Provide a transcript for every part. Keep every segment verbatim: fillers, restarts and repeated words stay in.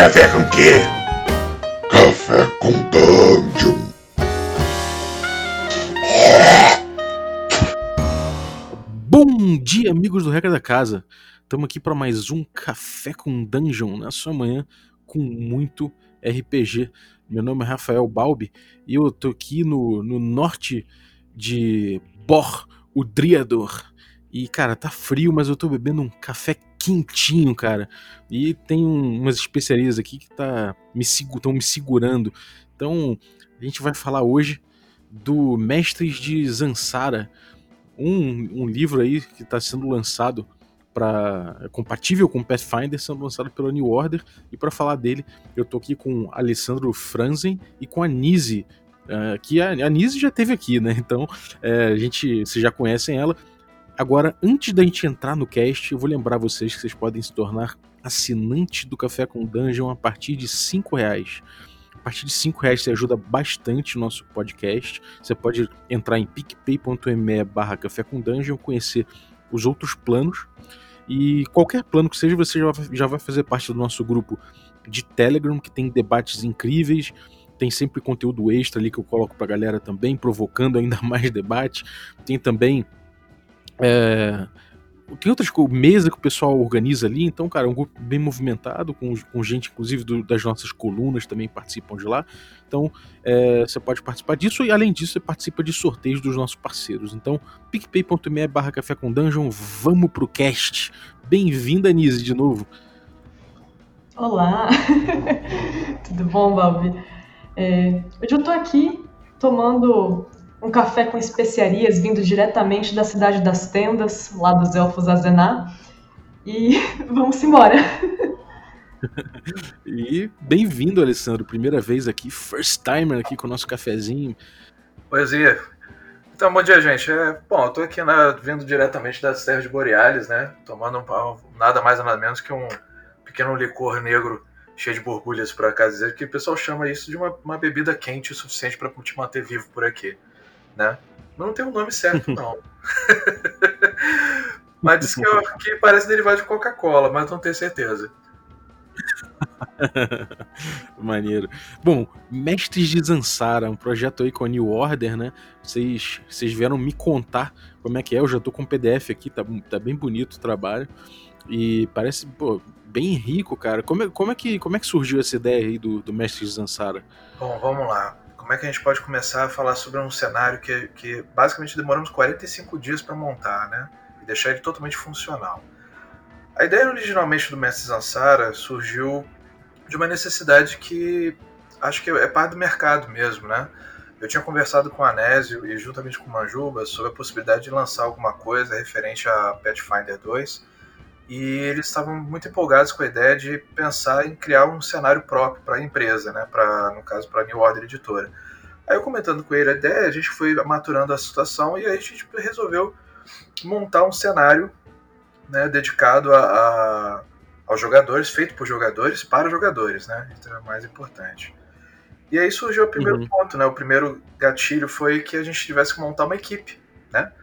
Café com quê? Café com Dungeon. Bom dia, amigos do Regra da Casa. Estamos aqui para mais um Café com Dungeon na sua manhã com muito R P G. Meu nome é Rafael Balbi e eu tô aqui no, no norte de Bor, o Driador. E, cara, tá frio, mas eu tô bebendo um café quentinho, cara. E tem um, umas especiarias aqui que tá me, estão me segurando. Então, a gente vai falar hoje do Mestres de Zansara, um, um livro aí que está sendo lançado para é compatível com Pathfinder, sendo lançado pela New Order. E para falar dele, eu tô aqui com Alessandro Franzen e com a Nise, uh, que a, a Nise já esteve aqui, né? Então, uh, a gente, vocês já conhecem ela. Agora, antes da gente entrar no cast, eu vou lembrar vocês que vocês podem se tornar assinantes do Café com Dungeon a partir de cinco reais. A partir de cinco reais você ajuda bastante o nosso podcast. Você pode entrar em picpay.me barra Café com Dungeon, conhecer os outros planos. E qualquer plano que seja, você já vai, já vai fazer parte do nosso grupo de Telegram, que tem debates incríveis. Tem sempre conteúdo extra ali que eu coloco pra galera também, provocando ainda mais debate. Tem também... É... Tem outras mesas que o pessoal organiza ali, então, cara, é um grupo bem movimentado, com, com gente, inclusive, do, das nossas colunas também participam de lá. Então, é, você pode participar disso e, além disso, você participa de sorteios dos nossos parceiros. Então, picpay.me barra Café com Dungeon, vamos pro cast. Bem-vinda, Nise, de novo. Olá, tudo bom, Balbi? É, hoje eu tô aqui tomando um café com especiarias vindo diretamente da Cidade das Tendas, lá dos Elfos Azenar. E vamos embora. E bem-vindo, Alessandro. Primeira vez aqui, first timer aqui com o nosso cafezinho. Poesia. Então, bom dia, gente. É, bom, eu tô aqui né, vindo diretamente das terras de Borealis, né? Tomando um, nada mais nada menos que um pequeno licor negro cheio de borbulhas, por acaso dizer, que o pessoal chama isso de uma, uma bebida quente o suficiente para te manter vivo por aqui. Né? Não tem um nome certo, não. Mas diz que, eu, que parece derivado de Coca-Cola, mas não tenho certeza. Maneiro. Bom, Mestres de Zansara, um projeto aí com a New Order, né? Vocês, vocês vieram me contar como é que é. Eu já tô com o P D F aqui, tá, tá bem bonito o trabalho. E parece, pô, bem rico, cara. Como é, como é, que, como é que surgiu essa ideia aí do, do Mestres de Zansara? Bom, vamos lá. Como é que a gente pode começar a falar sobre um cenário que, que basicamente demoramos quarenta e cinco dias para montar, né? E deixar ele totalmente funcional. A ideia originalmente do Mestre Zansara surgiu de uma necessidade que acho que é parte do mercado mesmo, né? Eu tinha conversado com o Anésio e juntamente com o Manjuba sobre a possibilidade de lançar alguma coisa referente a Pathfinder dois, e eles estavam muito empolgados com a ideia de pensar em criar um cenário próprio para a empresa, né? Pra, no caso, para a New Order Editora. Aí eu comentando com ele a ideia, a gente foi maturando a situação e aí a gente resolveu montar um cenário, né, dedicado a, a, aos jogadores, feito por jogadores, para jogadores, né? Isso é o mais importante. E aí surgiu o primeiro uhum. ponto, né? O primeiro gatilho foi que a gente tivesse que montar uma equipe, né?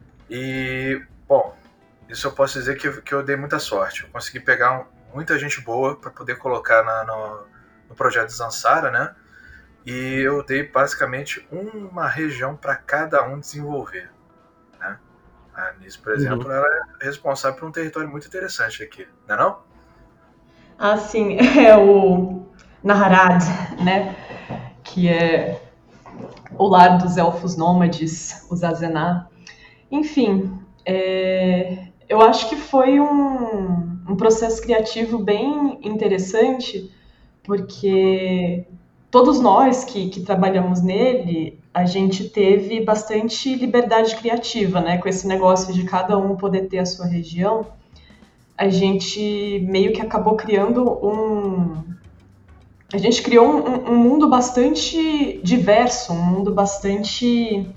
E, bom... Isso eu posso dizer que, que eu dei muita sorte. Eu consegui pegar um, muita gente boa para poder colocar na, no, no projeto Zansara, né? E eu dei basicamente uma região para cada um desenvolver, né? A Nise, por exemplo, uhum. ela é responsável por um território muito interessante aqui, não é não? Ah, sim. É o Naharad, né? Que é o lar dos elfos nômades, os Azenar. Enfim, é... eu acho que foi um, um processo criativo bem interessante, porque todos nós que, que trabalhamos nele, a gente teve bastante liberdade criativa, né? Com esse negócio de cada um poder ter a sua região, a gente meio que acabou criando um... A gente criou um, um mundo bastante diverso, um mundo bastante...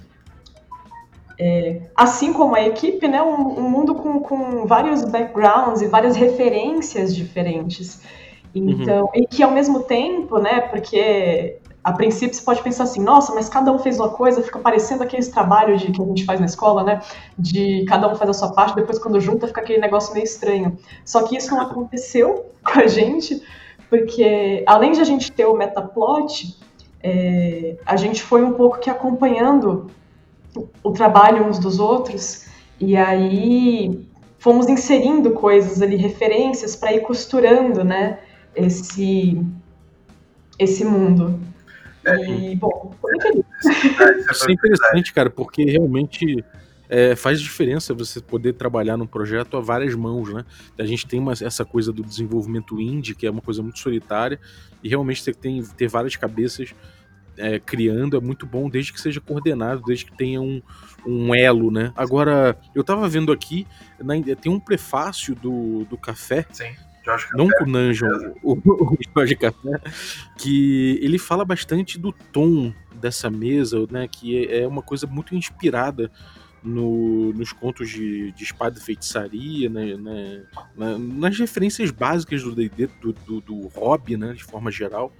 É, assim como a equipe, né, um, um mundo com, com vários backgrounds e várias referências diferentes. Então, uhum. E que ao mesmo tempo, né, porque a princípio você pode pensar assim, nossa, mas cada um fez uma coisa, fica parecendo aqueles trabalhos de, que a gente faz na escola, né, de cada um faz a sua parte, depois quando junta fica aquele negócio meio estranho. Só que isso não aconteceu com a gente, porque além de a gente ter o metaplot, é, a gente foi um pouco que acompanhando o trabalho uns dos outros, e aí fomos inserindo coisas ali, referências, para ir costurando, né, esse, esse mundo. E, bom, tô muito feliz. Isso é interessante, cara, porque realmente é, faz diferença você poder trabalhar num projeto a várias mãos, né? A gente tem uma, essa coisa do desenvolvimento indie, que é uma coisa muito solitária, e realmente você tem ter várias cabeças é, criando é muito bom, desde que seja coordenado, desde que tenha um, um elo, né? Agora, eu tava vendo aqui, na, tem um prefácio do, do Café. Sim. Jorge Não Café, com o Nanjon, o, o Jorge Café, que ele fala bastante do tom dessa mesa, né, que é uma coisa muito inspirada no, nos contos de, de espada e feitiçaria, né, né, na, nas referências básicas do D e D, do, do, do hobby, né, de forma geral.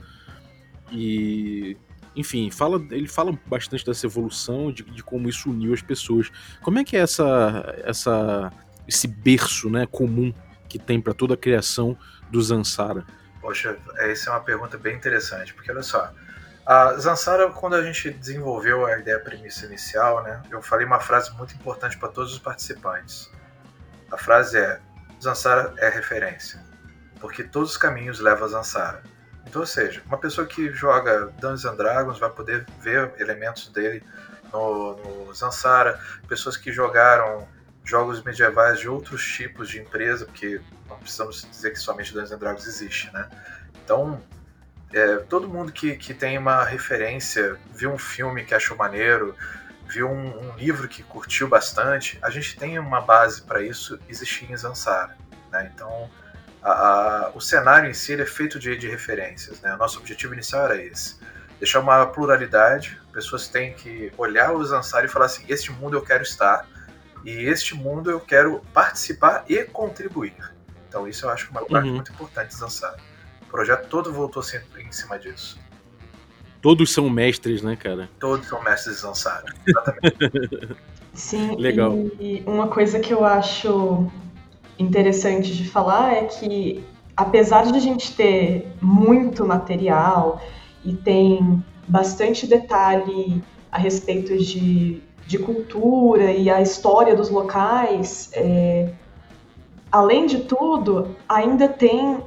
E, enfim, fala, ele fala bastante dessa evolução, de, de como isso uniu as pessoas. Como é que é essa, essa, esse berço, né, comum que tem para toda a criação do Zansara? Poxa, essa é uma pergunta bem interessante, porque olha só, a Zansara, quando a gente desenvolveu a ideia, a premissa inicial, né, eu falei uma frase muito importante para todos os participantes. A frase é: Zansara é referência, porque todos os caminhos levam a Zansara. Então, ou seja, uma pessoa que joga Dungeons and Dragons vai poder ver elementos dele no, no Zansara, pessoas que jogaram jogos medievais de outros tipos de empresa, porque não precisamos dizer que somente Dungeons and Dragons existe, né? Então, é, todo mundo que, que tem uma referência, viu um filme que achou maneiro, viu um, um livro que curtiu bastante, a gente tem uma base para isso existir em Zansara, né? Então, a, a, o cenário em si ele é feito de, de referências, né? O nosso objetivo inicial era esse, deixar uma pluralidade, pessoas têm que olhar o Zansara e falar assim: este mundo eu quero estar, e este mundo eu quero participar e contribuir. Então isso eu acho uma parte uhum. muito importante de Zansara. O projeto todo voltou sempre em cima disso. Todos são mestres, né, cara? Todos são mestres de Zansara, exatamente. Sim, legal. E uma coisa que eu acho interessante de falar é que, apesar de a gente ter muito material e tem bastante detalhe a respeito de de cultura e a história dos locais, é, além de tudo, ainda tem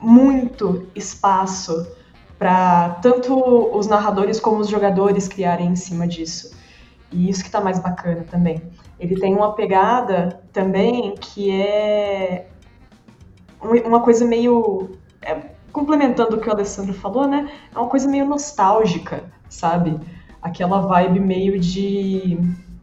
muito espaço para tanto os narradores como os jogadores criarem em cima disso. E isso que tá mais bacana também. Ele tem uma pegada também que é uma coisa meio... É, complementando o que o Alessandro falou, né? É uma coisa meio nostálgica, sabe? Aquela vibe meio de...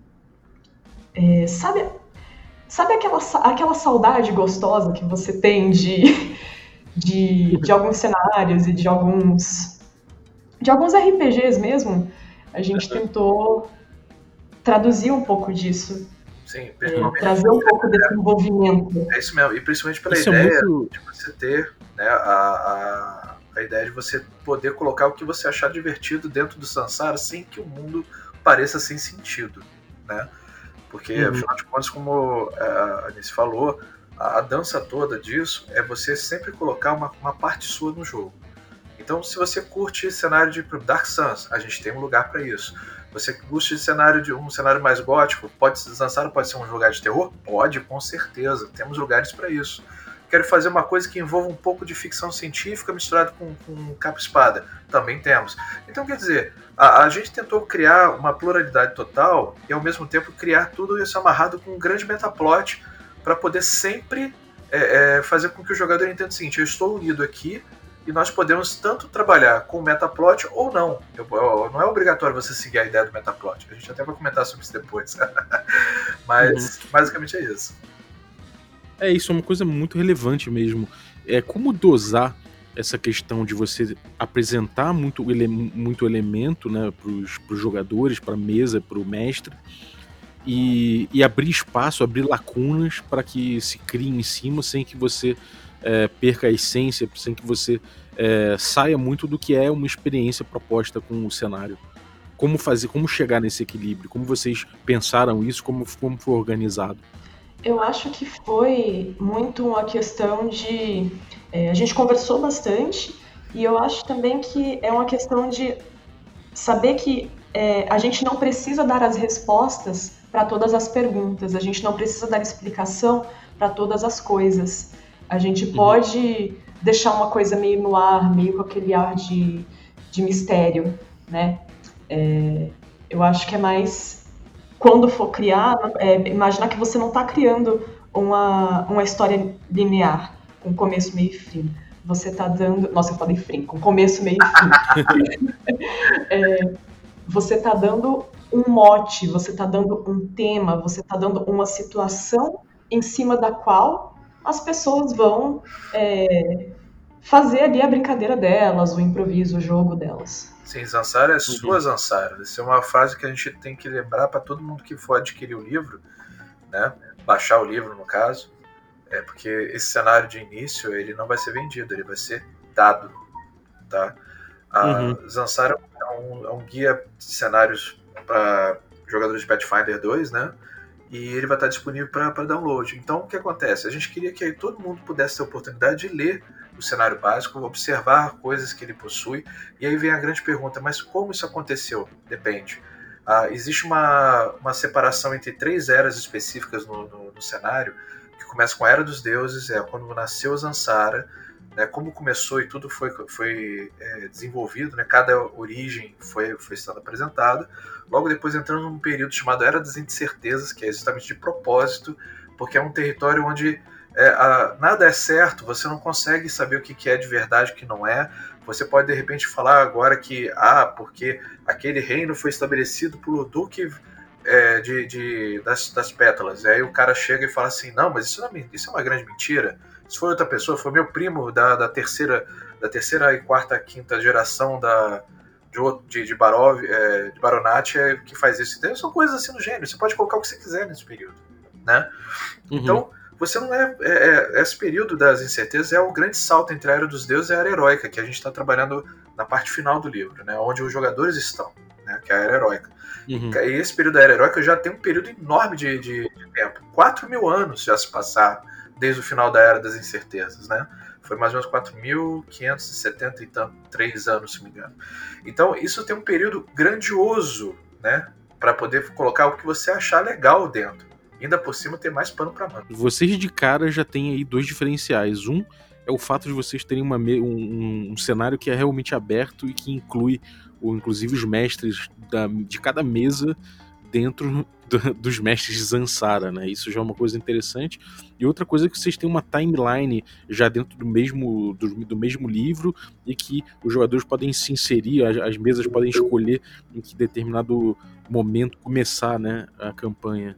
É, sabe sabe aquela, aquela saudade gostosa que você tem de, de, de alguns cenários e de alguns, de alguns R P Gs mesmo? A gente tentou traduzir um pouco disso. Sim, é, trazer um pouco desse envolvimento. É isso mesmo, e principalmente pela isso ideia é muito... de você ter, né, a... a... a ideia de você poder colocar o que você achar divertido dentro do Zansara sem que o mundo pareça sem sentido, né? Porque, uhum. afinal de contas, como a Anice falou, a, a dança toda disso é você sempre colocar uma, uma parte sua no jogo. Então, se você curte cenário de Dark Suns, a gente tem um lugar para isso. Você curte de cenário de um cenário mais gótico, pode Zansara pode ser um lugar de terror? Pode, com certeza. Temos lugares para isso. Quero fazer uma coisa que envolva um pouco de ficção científica misturado com, com capa-espada. Também temos. Então, quer dizer, a, a gente tentou criar uma pluralidade total e, ao mesmo tempo, criar tudo isso amarrado com um grande metaplot para poder sempre é, é, fazer com que o jogador entenda o seguinte: eu estou unido aqui e nós podemos tanto trabalhar com o metaplot ou não. Eu, eu, não é obrigatório você seguir a ideia do metaplot. A gente até vai comentar sobre isso depois. Mas, uhum. basicamente, é isso. É, isso é uma coisa muito relevante mesmo. É como dosar essa questão de você apresentar muito, ele, muito elemento, né, para os jogadores, para a mesa, para o mestre, e, e abrir espaço, abrir lacunas para que se crie em cima sem que você é, perca a essência, sem que você é, saia muito do que é uma experiência proposta com o cenário. Como fazer, como chegar nesse equilíbrio? Como vocês pensaram isso? Como, como foi organizado? Eu acho que foi muito uma questão de... é, a gente conversou bastante e eu acho também que é uma questão de saber que é, a gente não precisa dar as respostas para todas as perguntas, a gente não precisa dar explicação para todas as coisas. A gente pode uhum. deixar uma coisa meio no ar, meio com aquele ar de, de mistério, né? É, eu acho que é mais... Quando for criar, é, imaginar que você não está criando uma, uma história linear, com começo, meio e fim. Você está dando... Nossa, eu falei fim, com começo, meio e fim. é, você está dando um mote, você está dando um tema, você está dando uma situação em cima da qual as pessoas vão é, fazer ali a brincadeira delas, o improviso, o jogo delas. Sim, Zansara é sua Zansara. Essa é uma frase que a gente tem que lembrar para todo mundo que for adquirir o livro, né? Baixar o livro, no caso, é porque esse cenário de início ele não vai ser vendido, ele vai ser dado, tá? A uhum. Zansara é um, é um guia de cenários para jogadores de Pathfinder dois, né? E ele vai estar disponível para download. Então, o que acontece? A gente queria que todo mundo pudesse ter a oportunidade de ler o cenário básico, observar coisas que ele possui, e aí vem a grande pergunta, mas como isso aconteceu? Depende. Ah, existe uma, uma separação entre três eras específicas no, no, no cenário, que começa com a Era dos Deuses, é quando nasceu Zansara, né, como começou e tudo foi, foi é, desenvolvido, né, cada origem foi, foi sendo apresentada. Logo depois entrando num período chamado Era das Incertezas, que é justamente de propósito, porque é um território onde é, a, nada é certo, você não consegue saber o que, que é de verdade e o que não é. Você pode de repente falar agora que, ah, porque aquele reino foi estabelecido pelo Duque é, de, de, das, das Pétalas. E aí o cara chega e fala assim, não, mas isso, não é, isso é uma grande mentira. Se foi outra pessoa, foi meu primo da, da, terceira, da terceira e quarta, quinta geração da, de, de, de, Barov, é, de Baronati é, que faz isso. Então, são coisas assim no gênero. Você pode colocar o que você quiser nesse período, né? Uhum. Então, você não é, é, é... Esse período das incertezas é o grande salto entre a Era dos Deuses e a Era Heróica, que a gente está trabalhando na parte final do livro, né? Onde os jogadores estão, né? Que é a Era Heróica. Uhum. E esse período da Era Heróica já tem um período enorme de, de, de tempo. Quatro mil anos já se passaram desde o final da Era das Incertezas, né? Foi mais ou menos quatro mil quinhentos e setenta e três anos, se não me engano. Então, isso tem um período grandioso, né? Para poder colocar o que você achar legal dentro. Ainda por cima, ter mais pano para manga. Vocês de cara já têm aí dois diferenciais. Um é o fato de vocês terem uma me- um, um cenário que é realmente aberto e que inclui, ou, inclusive, os mestres da, de cada mesa dentro do, dos mestres de Zansara, né? Isso já é uma coisa interessante. E outra coisa é que vocês têm uma timeline já dentro do mesmo, do, do mesmo livro e que os jogadores podem se inserir, as, as mesas podem escolher em que determinado momento começar, né, a campanha.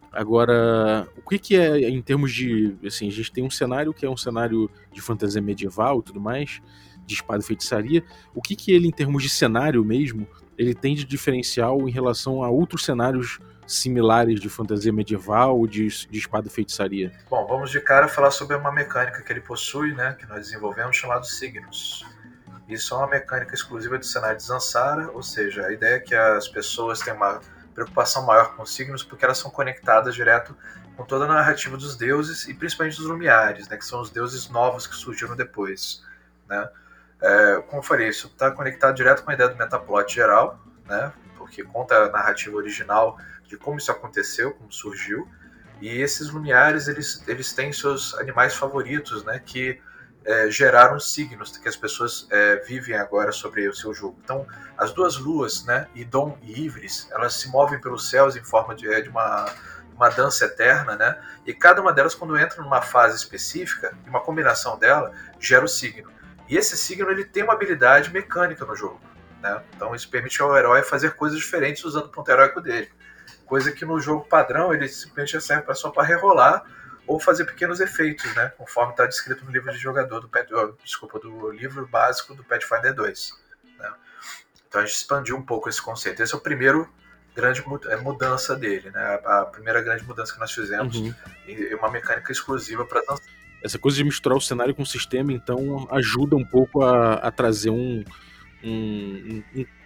Agora, o que que é em termos de... Assim, a gente tem um cenário que é um cenário de fantasia medieval e tudo mais, de espada e feitiçaria. O que que ele, em termos de cenário mesmo, ele tem de diferencial em relação a outros cenários similares de fantasia medieval ou de, de espada e feitiçaria? Bom, vamos de cara falar sobre uma mecânica que ele possui, né, que nós desenvolvemos, chamado Signos. Isso é uma mecânica exclusiva do cenário de Zansara, ou seja, a ideia é que as pessoas têm uma preocupação maior com os signos porque elas são conectadas direto com toda a narrativa dos deuses e principalmente dos Lumiares, né, que são os deuses novos que surgiram depois, né? É, como eu falei, isso está conectado direto com a ideia do metaplot geral, né, porque conta a narrativa original de como isso aconteceu, como surgiu, e esses Lumiares eles, eles têm seus animais favoritos, né, que É, geraram signos que as pessoas é, vivem agora sobre o seu jogo. Então, as duas luas, né, Idom e Ivris, elas se movem pelos céus em forma de, de uma, uma dança eterna, né, e cada uma delas, quando entra numa fase específica, uma combinação dela, gera o signo. E esse signo ele tem uma habilidade mecânica no jogo, né? Então, isso permite ao herói fazer coisas diferentes usando o ponto heróico dele. Coisa que no jogo padrão, ele simplesmente serve só para rerolar ou fazer pequenos efeitos, né, conforme está descrito no livro de jogador do Pet, oh, desculpa, do livro básico do Pathfinder dois, né? Então a gente expandiu um pouco esse conceito. Esse é o primeiro grande mudança dele, né? A primeira grande mudança que nós fizemos, uhum. E uma mecânica exclusiva para dançar. Essa coisa de misturar o cenário com o sistema, então, ajuda um pouco a, a trazer um, um, um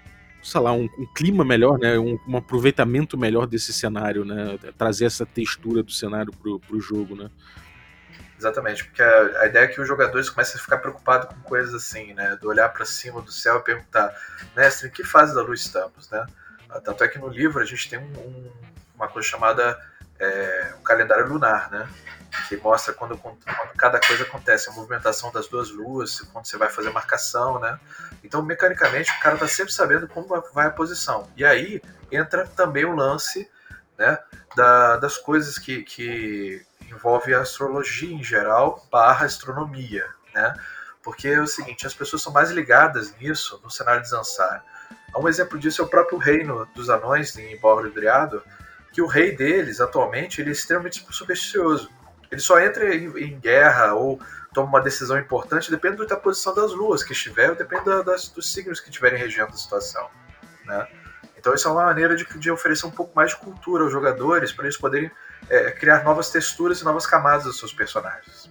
sei lá, um, um clima melhor, né? Um, um aproveitamento melhor desse cenário, né? Trazer essa textura do cenário pro, pro jogo, né? Exatamente, porque a, a ideia é que os jogadores comecem a ficar preocupados com coisas assim, né? Do olhar para cima do céu e perguntar, mestre, em que fase da luz estamos, né? Tanto é que no livro a gente tem um, um, uma coisa chamada é, um calendário lunar, né? Que mostra quando, quando cada coisa acontece, a movimentação das duas luas, quando você vai fazer marcação, né? Então, mecanicamente, o cara tá sempre sabendo como vai a posição. E aí entra também o lance, né, da, das coisas que, que envolve a astrologia em geral, barra astronomia, né? Porque é o seguinte, as pessoas são mais ligadas nisso no cenário de Zansar. Um exemplo disso é o próprio reino dos anões em Borg-Driado, que o rei deles, atualmente, ele é extremamente supersticioso. Ele só entra em, em guerra ou toma uma decisão importante, depende da posição das luas que estiver, ou depende da, das, dos signos que estiverem regendo a situação, né? Então isso é uma maneira de, de oferecer um pouco mais de cultura aos jogadores, para eles poderem é, criar novas texturas e novas camadas dos seus personagens.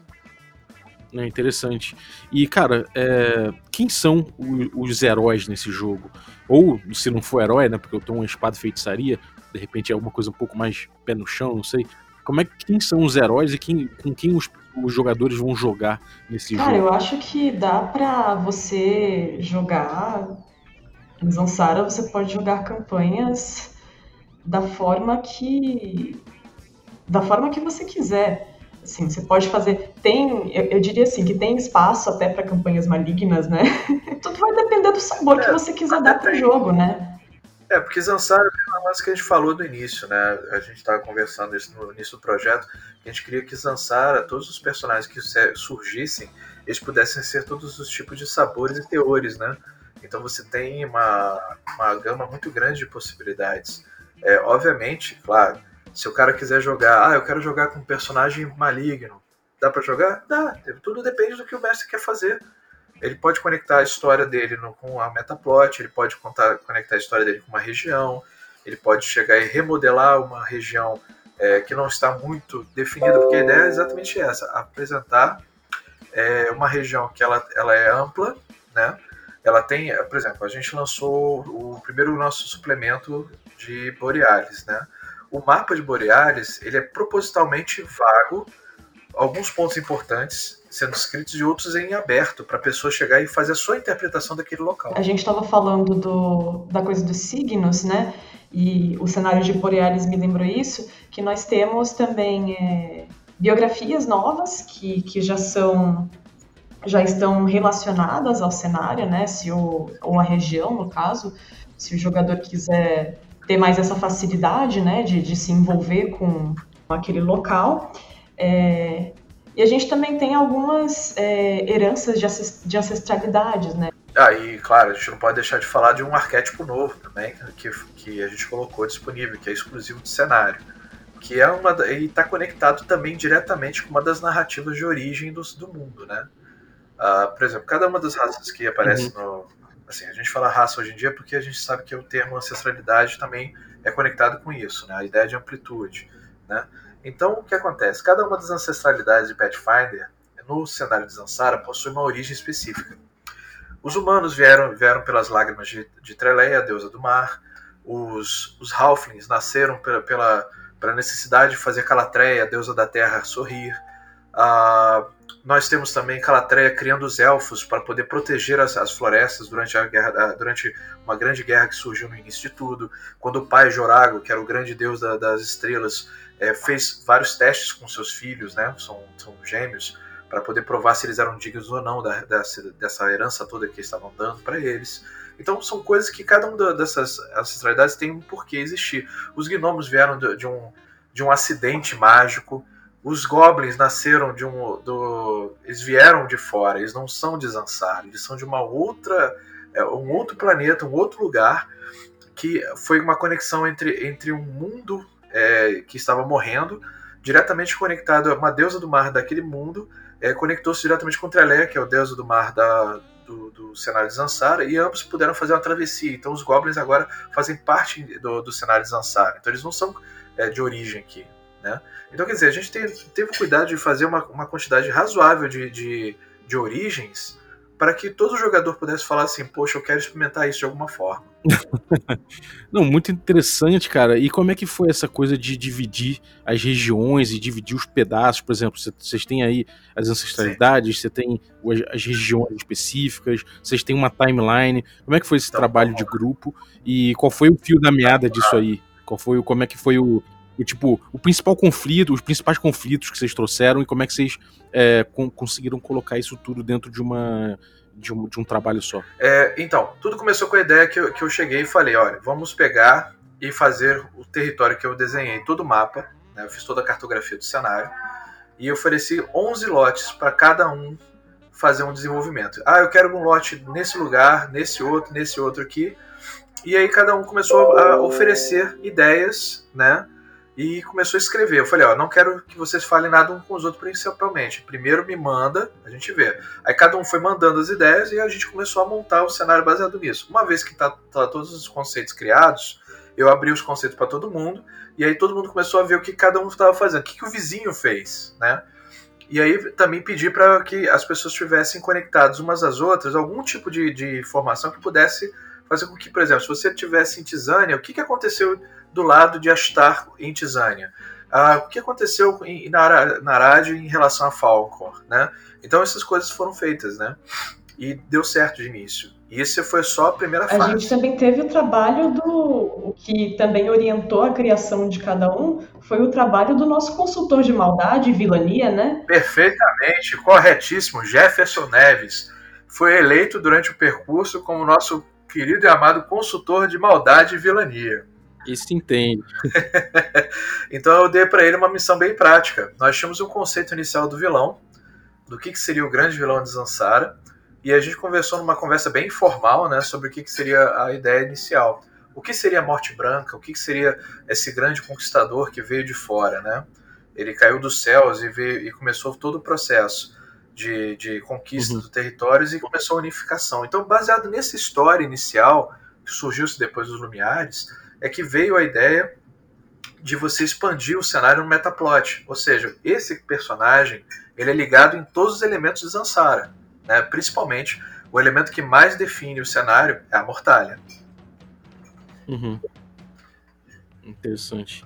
É interessante. E, cara, é, quem são o, os heróis nesse jogo? Ou, se não for herói, né, porque eu tenho uma espada e feitiçaria, de repente é alguma coisa um pouco mais pé no chão, não sei. Como é que quem são os heróis e quem, com quem os, os jogadores vão jogar nesse Cara, jogo? eu acho que dá pra você jogar em Zansara, você pode jogar campanhas da forma que da forma que você quiser. Assim, você pode fazer, tem, eu, eu diria assim, que tem espaço até para campanhas malignas, né? Tudo vai depender do sabor É, que você quiser dar pro tem. jogo, né? É, porque Zansar é um negócio que a gente falou no início, né? A gente estava conversando isso no início do projeto, que a gente queria que Zansara, todos os personagens que surgissem, eles pudessem ser todos os tipos de sabores e teores, né? Então você tem uma, uma gama muito grande de possibilidades. É, obviamente, claro, se o cara quiser jogar, ah, eu quero jogar com um personagem maligno, dá pra jogar? Dá. Tudo depende do que o mestre quer fazer. Ele pode conectar a história dele no, com a metaplot, ele pode contar, conectar a história dele com uma região, ele pode chegar e remodelar uma região é, que não está muito definida, porque a ideia é exatamente essa, apresentar é, uma região que ela, ela é ampla, né? Ela tem, por exemplo, a gente lançou o primeiro nosso suplemento de Borealis, né? O mapa de Borealis, ele é propositalmente vago, alguns pontos importantes sendo escritos e outros em aberto, para a pessoa chegar e fazer a sua interpretação daquele local. A gente estava falando do, da coisa dos signos, né? E o cenário de Borealis me lembrou isso, que nós temos também é, biografias novas que, que já são já estão relacionadas ao cenário, né? Se o, ou a região, no caso, se o jogador quiser ter mais essa facilidade, né, de, de se envolver com aquele local. É, e a gente também tem algumas é, heranças de, de ancestralidades, né? Ah, e claro, a gente não pode deixar de falar de um arquétipo novo também, que, que a gente colocou disponível, que é exclusivo do cenário, que é uma, e está conectado também diretamente com uma das narrativas de origem do, do mundo, né? Uh, por exemplo, cada uma das raças que aparece uhum. no... Assim, a gente fala raça hoje em dia porque a gente sabe que o termo ancestralidade também é conectado com isso, né? A ideia de amplitude, né? Então, o que acontece? Cada uma das ancestralidades de Pathfinder, no cenário de Zansara, possui uma origem específica. Os humanos vieram, vieram pelas lágrimas de, de Treleia, a deusa do mar. Os, os Halflings nasceram pela, pela, pela necessidade de fazer Calatreia, a deusa da terra, sorrir. Uh, nós temos também Calatreia criando os elfos para poder proteger as, as florestas durante, a guerra, durante uma grande guerra que surgiu no início de tudo. Quando o pai Jorago, que era o grande deus da, das estrelas, é, fez vários testes com seus filhos, né, são, são gêmeos, para poder provar se eles eram dignos ou não da, dessa, dessa herança toda que estavam dando para eles. Então são coisas que cada uma dessas ancestralidades tem um porquê existir. Os gnomos vieram de, de, um, de um acidente mágico. Os goblins nasceram de um... Do, eles vieram de fora, eles não são de Zansar, eles são de uma outra... É, um outro planeta, um outro lugar, que foi uma conexão entre, entre um mundo é, que estava morrendo, diretamente conectado a uma deusa do mar daquele mundo, é, conectou-se diretamente com Treleia, que é o deusa do mar da, do, do cenário de Zansara, e ambos puderam fazer uma travessia. Então os goblins agora fazem parte do, do cenário de Zansara. Então eles não são é, de origem aqui, né? Então, quer dizer, a gente teve, teve cuidado de fazer uma, uma quantidade razoável de, de, de origens para que todo jogador pudesse falar assim, poxa, eu quero experimentar isso de alguma forma. Não, muito interessante, cara. E como é que foi essa coisa de dividir as regiões e dividir os pedaços? Por exemplo, vocês têm aí as ancestralidades, você tem as regiões específicas, vocês têm uma timeline. Como é que foi esse Então, trabalho de grupo? E qual foi o fio da meada disso aí? Qual foi, como é que foi o, o tipo, o principal conflito, os principais conflitos que vocês trouxeram e como é que vocês é, com, conseguiram colocar isso tudo dentro de uma de um, de um trabalho só? É, então, tudo começou com a ideia que eu, que eu cheguei e falei, olha, vamos pegar e fazer o território que eu desenhei, todo o mapa, né, eu fiz toda a cartografia do cenário e ofereci onze lotes para cada um fazer um desenvolvimento. Ah, eu quero um lote nesse lugar, nesse outro, nesse outro aqui. E aí cada um começou a oferecer ideias, né? E começou a escrever. Eu falei, ó, não quero que vocês falem nada um com os outros principalmente. Primeiro me manda, a gente vê. Aí cada um foi mandando as ideias e a gente começou a montar o cenário baseado nisso. Uma vez que tá, tá todos os conceitos criados, eu abri os conceitos para todo mundo e aí todo mundo começou a ver o que cada um estava fazendo, o que, que o vizinho fez, né? E aí também pedi para que as pessoas estivessem conectadas umas às outras, algum tipo de, de informação que pudesse fazer com que, por exemplo, se você estivesse em Tisânia, o que, que aconteceu do lado de Ashtar em Tisânia? Ah, o que aconteceu em Narad em relação a Falcor, né? Então essas coisas foram feitas, né? E deu certo de início. E isso foi só a primeira fase. A gente também teve o trabalho do... O que também orientou a criação de cada um foi o trabalho do nosso consultor de maldade e vilania, né? Perfeitamente, corretíssimo. Jefferson Neves foi eleito durante o percurso como nosso querido e amado consultor de maldade e vilania. Isso entende. Então eu dei para ele uma missão bem prática. Nós tínhamos um conceito inicial do vilão, do que, que seria o grande vilão de Zansara, e a gente conversou numa conversa bem informal, né, sobre o que, que seria a ideia inicial. O que seria a Morte Branca? O que, que seria esse grande conquistador que veio de fora, né? Ele caiu dos céus e, veio, e começou todo o processo de, de conquista Uhum. dos territórios e começou a unificação. Então, baseado nessa história inicial, que surgiu-se depois dos Lumiares, é que veio a ideia de você expandir o cenário no metaplot. Ou seja, esse personagem ele é ligado em todos os elementos de Zansara, né? Principalmente, o elemento que mais define o cenário é a Mortalha. Uhum. Interessante.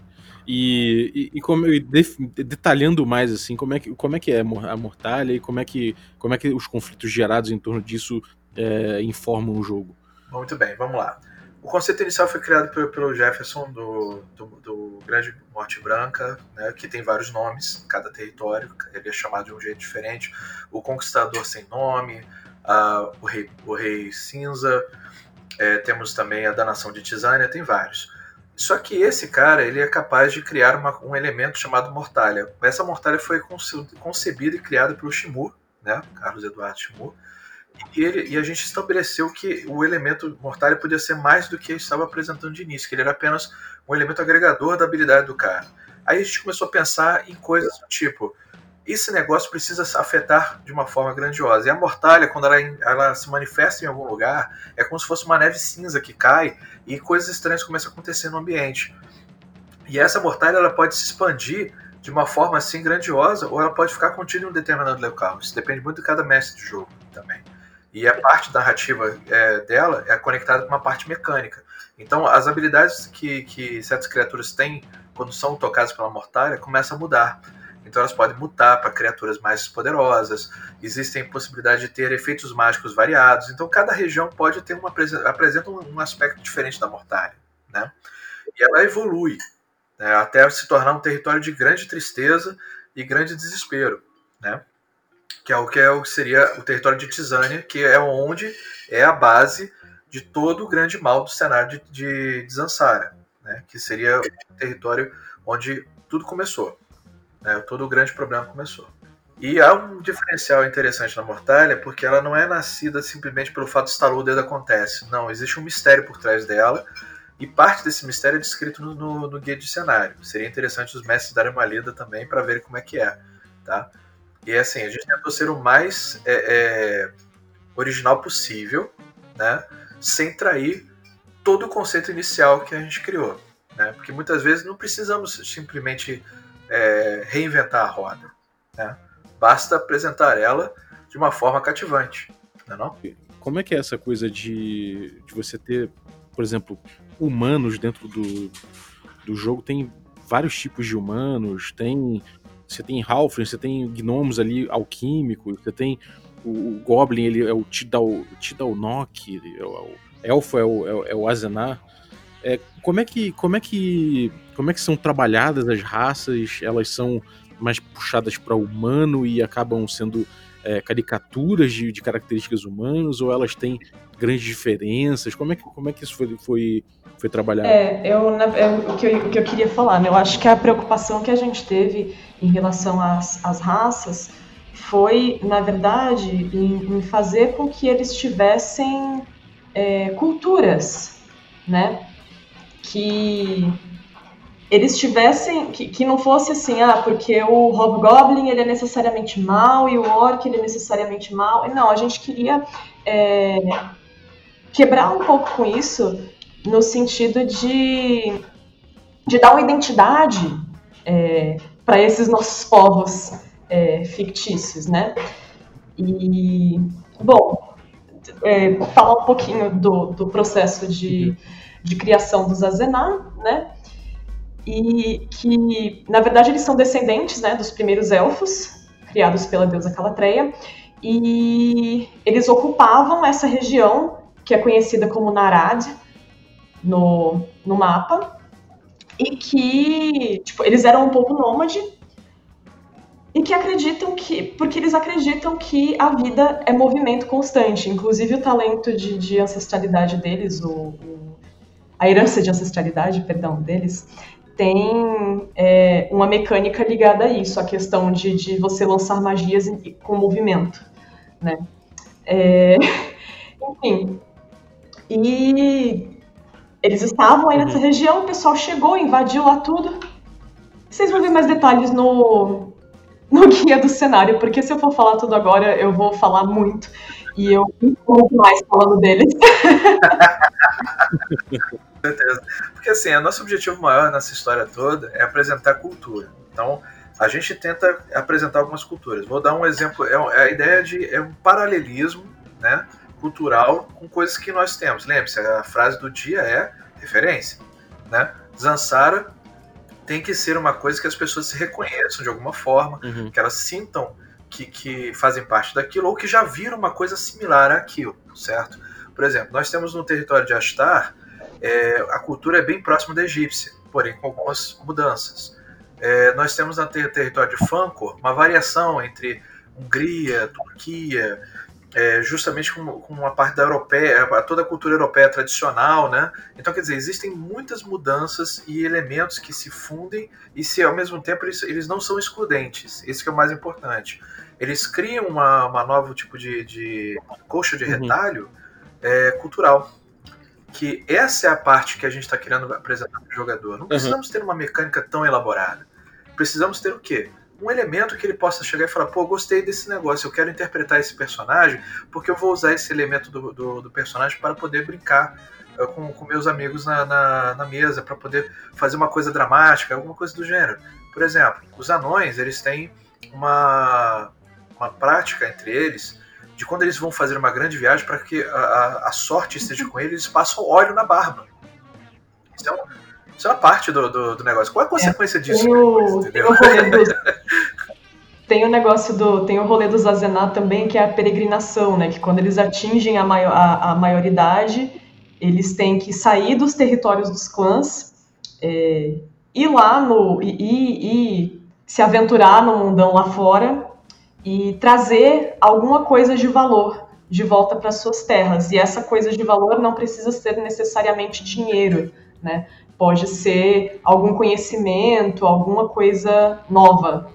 E, e, e como, e def, detalhando mais assim, como é que, como é, que é a Mortalha e como é que, como é que os conflitos gerados em torno disso é, informam o jogo? Muito bem, vamos lá. O conceito inicial foi criado pelo, pelo Jefferson do, do, do Grande Morte Branca, né, que tem vários nomes em cada território, ele é chamado de um jeito diferente. O Conquistador Sem Nome, uh, o, rei, o Rei Cinza, é, temos também a da Nação de Tisânia, tem vários. Só que esse cara ele é capaz de criar uma, um elemento chamado Mortalha. Essa Mortalha foi concebida e criada pelo Shimur, né, Carlos Eduardo Shimur, e, ele, e a gente estabeleceu que o elemento Mortalha podia ser mais do que ele estava apresentando de início, que ele era apenas um elemento agregador da habilidade do cara. Aí a gente começou a pensar em coisas do tipo, esse negócio precisa se afetar de uma forma grandiosa. E a Mortalha, quando ela, ela se manifesta em algum lugar, é como se fosse uma neve cinza que cai e coisas estranhas começam a acontecer no ambiente. E essa Mortalha ela pode se expandir de uma forma assim grandiosa ou ela pode ficar contida em um determinado local. Isso depende muito de cada mestre de jogo também. E a parte narrativa é, dela é conectada com uma parte mecânica. Então, as habilidades que, que certas criaturas têm quando são tocadas pela Mortalha começam a mudar. Então, elas podem mutar para criaturas mais poderosas. Existem possibilidade de ter efeitos mágicos variados. Então, cada região pode ter uma apresenta um aspecto diferente da Mortalha, né? E ela evolui, né, até se tornar um território de grande tristeza e grande desespero, né? Que é o que é, seria o território de Tisânia, que é onde é a base de todo o grande mal do cenário de, de, de Zansara, né? Que seria o território onde tudo começou, né? Todo o grande problema começou. E há um diferencial interessante na Mortalha, porque ela não é nascida simplesmente pelo fato de estalou o dedo acontece. Não, existe um mistério por trás dela, e parte desse mistério é descrito no, no, no guia de cenário. Seria interessante os mestres darem uma lida também para ver como é que é, tá? E assim, a gente tentou ser o mais é, é, original possível, né, sem trair todo o conceito inicial que a gente criou, né, porque muitas vezes não precisamos simplesmente é, reinventar a roda, né, basta apresentar ela de uma forma cativante. não é não? Como é que é essa coisa de, de você ter, por exemplo, humanos dentro do, do jogo? Tem vários tipos de humanos, tem você tem Halfling, você tem gnomos ali alquímicos, você tem o, o Goblin, ele é o Tidalnok, é o Elfo é o, é o, é o Azenar. É, como é que como é que como é que são trabalhadas as raças? Elas são mais puxadas para humano e acabam sendo é, caricaturas de, de características humanas, ou elas têm grandes diferenças? Como é que como é que isso foi foi, foi trabalhado? É, eu, na- eu- o, que eu, o que eu queria falar, né? Eu acho que a preocupação que a gente teve em relação às, às raças foi, na verdade, em, em fazer com que eles tivessem é, culturas, né? Que eles tivessem, que, que não fosse assim, ah, porque o Hobgoblin ele é necessariamente mau e o Orc ele é necessariamente mau. Não, a gente queria é, quebrar um pouco com isso no sentido de, de dar uma identidade é, para esses nossos povos é, fictícios, né? E, bom, é, falar um pouquinho do, do processo de, de criação dos Azenar, né? E que, na verdade, eles são descendentes, né, dos primeiros elfos, criados pela deusa Calatreia, e eles ocupavam essa região, que é conhecida como Narad, no, no mapa, e que, tipo, eles eram um povo nômade, e que acreditam que, porque eles acreditam que a vida é movimento constante, inclusive o talento de, de ancestralidade deles, o, o, a herança de ancestralidade, perdão, deles, tem é, uma mecânica ligada a isso, a questão de, de você lançar magias com movimento, né? É, enfim, e eles estavam aí nessa Uhum. região, o pessoal chegou, invadiu lá tudo. Vocês vão ver mais detalhes no, no guia do cenário, porque se eu for falar tudo agora, eu vou falar muito. E eu não vou mais falando deles. Com certeza. Porque assim, o nosso objetivo maior nessa história toda é apresentar cultura. Então, a gente tenta apresentar algumas culturas. Vou dar um exemplo, é a ideia de é um paralelismo, né, cultural com coisas que nós temos. Lembre-se, a frase do dia é referência, né? Zansara tem que ser uma coisa que as pessoas se reconheçam de alguma forma, Uhum. que elas sintam que, que fazem parte daquilo ou que já viram uma coisa similar àquilo, certo? Por exemplo, nós temos no território de Ashtar, é, a cultura é bem próxima da egípcia, porém com algumas mudanças. É, nós temos no ter- território de Fancor uma variação entre Hungria, Turquia, é, justamente com, com uma parte da europeia, toda a cultura europeia tradicional, né? Então, quer dizer, existem muitas mudanças e elementos que se fundem e se ao mesmo tempo eles, eles não são excludentes. Isso que é o mais importante. Eles criam uma, uma novo tipo de, de coxa de retalho é, cultural. Que essa é a parte que a gente está querendo apresentar para o jogador. Não precisamos ter uma mecânica tão elaborada. Precisamos ter o quê? Um elemento que ele possa chegar e falar, pô, gostei desse negócio, eu quero interpretar esse personagem, porque eu vou usar esse elemento do, do, do personagem para poder brincar uh, com, com meus amigos na, na, na mesa, para poder fazer uma coisa dramática, alguma coisa do gênero. Por exemplo, os anões, eles têm uma, uma prática entre eles de quando eles vão fazer uma grande viagem para que a, a, a sorte esteja com eles, eles passam óleo na barba. Isso é, um, isso é uma parte do, do, do negócio. Qual é a consequência É, disso? tem, o, depois, tem o rolê dos, tem o negócio do, tem o rolê dos Azenar também, que é a peregrinação, né? Que quando eles atingem a, maior, a, a maioridade, eles têm que sair dos territórios dos clãs, é, ir lá no, e, e, e se aventurar no mundão lá fora e trazer alguma coisa de valor de volta para suas terras. E essa coisa de valor não precisa ser necessariamente dinheiro, né? Pode ser algum conhecimento, alguma coisa nova.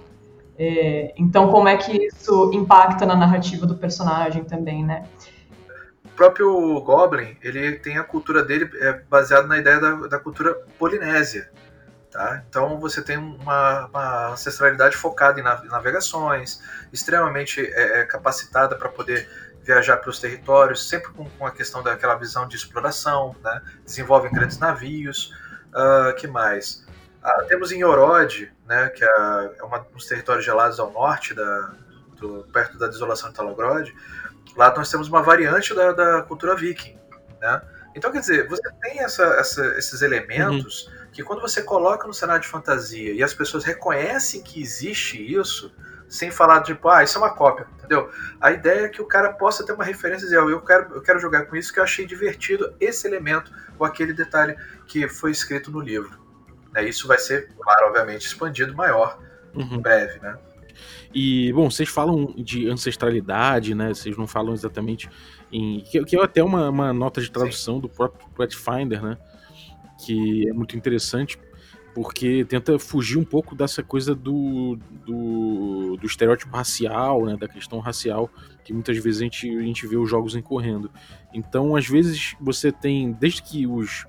É, então, como é que isso impacta na narrativa do personagem também, né? O próprio Goblin, ele tem a cultura dele é, baseada na ideia da, da cultura polinésia. Tá? Então você tem uma, uma ancestralidade focada em navegações, extremamente é, capacitada para poder viajar pelos territórios, sempre com, com a questão daquela visão de exploração, né? Desenvolvem grandes navios. Uh, que mais? Uh, temos em Orod, né, que é, é uma, uns territórios gelados ao norte da, do, perto da Desolação de Talogrod, lá nós temos uma variante da, da cultura viking, né? Então, quer dizer, você tem essa, essa, esses elementos uhum. que quando você coloca no cenário de fantasia e as pessoas reconhecem que existe isso, sem falar tipo, ah, isso é uma cópia, entendeu? A ideia é que o cara possa ter uma referência e dizer, eu quero, eu quero jogar com isso que eu achei divertido esse elemento ou aquele detalhe que foi escrito no livro. Né? Isso vai ser, claro, obviamente, expandido maior uhum. em breve, né? E, bom, vocês falam de ancestralidade, né? Vocês não falam exatamente em... Que, que é até uma, uma nota de tradução Sim. do próprio Pathfinder, né? Que é muito interessante, porque tenta fugir um pouco dessa coisa do, do, do estereótipo racial, né? Da questão racial, que muitas vezes a gente, a gente vê os jogos incorrendo. Então, às vezes, você tem, desde que os...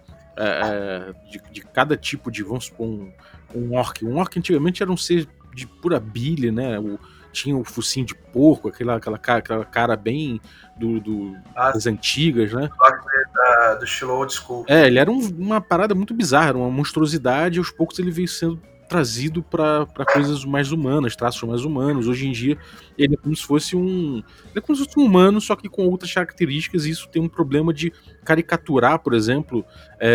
É, de, de cada tipo de, vamos supor, um, um orc. Um orc antigamente era um ser de pura bile, né? O, tinha o focinho de porco, aquela, aquela, cara, aquela cara bem do, do, ah, das antigas, né? Da, do estilo old school. É, ele era um, uma parada muito bizarra, uma monstruosidade, e aos poucos ele veio sendo trazido para coisas mais humanas, traços mais humanos. Hoje em dia, ele é como se fosse um. Ele é como se fosse um humano, só que com outras características, e isso tem um problema de caricaturar, por exemplo,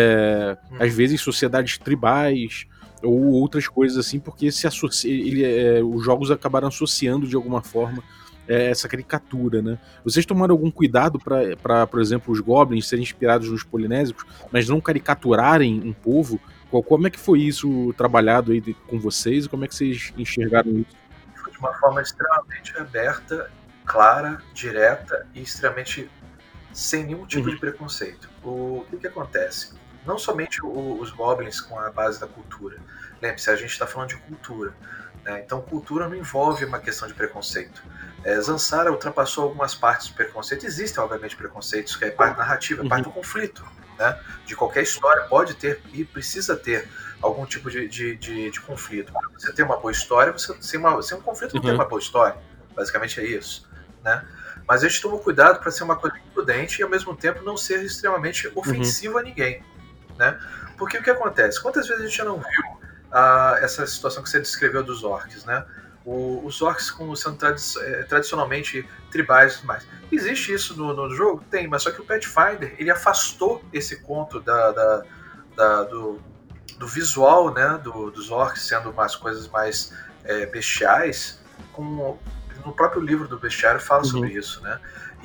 é, hum. às vezes sociedades tribais ou outras coisas assim, porque se associa, ele, é, os jogos acabaram associando de alguma forma é, essa caricatura, né? Vocês tomaram algum cuidado para, por exemplo, os goblins serem inspirados nos polinésicos, mas não caricaturarem um povo? Como é que foi isso trabalhado aí com vocês e como é que vocês enxergaram isso? Foi de uma forma extremamente aberta, clara, direta e extremamente sem nenhum tipo uhum. de preconceito. O que, que acontece? Não somente o, os goblins com a base da cultura. Lembre-se, a gente está falando de cultura. Né? Então, cultura não envolve uma questão de preconceito. É, Zansara ultrapassou algumas partes do preconceito. Existem, obviamente, preconceitos, que é parte narrativa, é parte do conflito. Né? De qualquer história pode ter e precisa ter algum tipo de, de, de, de conflito. Para você ter uma boa história, você, sem, uma, sem um conflito não uhum. tem uma boa história. Basicamente é isso. Né? Mas a gente toma cuidado para ser uma coisa prudente e, ao mesmo tempo, não ser extremamente ofensivo uhum. a ninguém. Né? Porque o que acontece? Quantas vezes a gente já não viu ah, essa situação que você descreveu dos orcs, né? O, os orcs como sendo tradi é, tradicionalmente tribais e tudo mais. Existe isso no, no jogo? Tem, mas só que o Pathfinder ele afastou esse conto da, da, da, do, do visual, né? do, dos orcs sendo umas coisas mais é, bestiais. Com, no próprio livro do bestiário fala uhum. sobre isso. Né?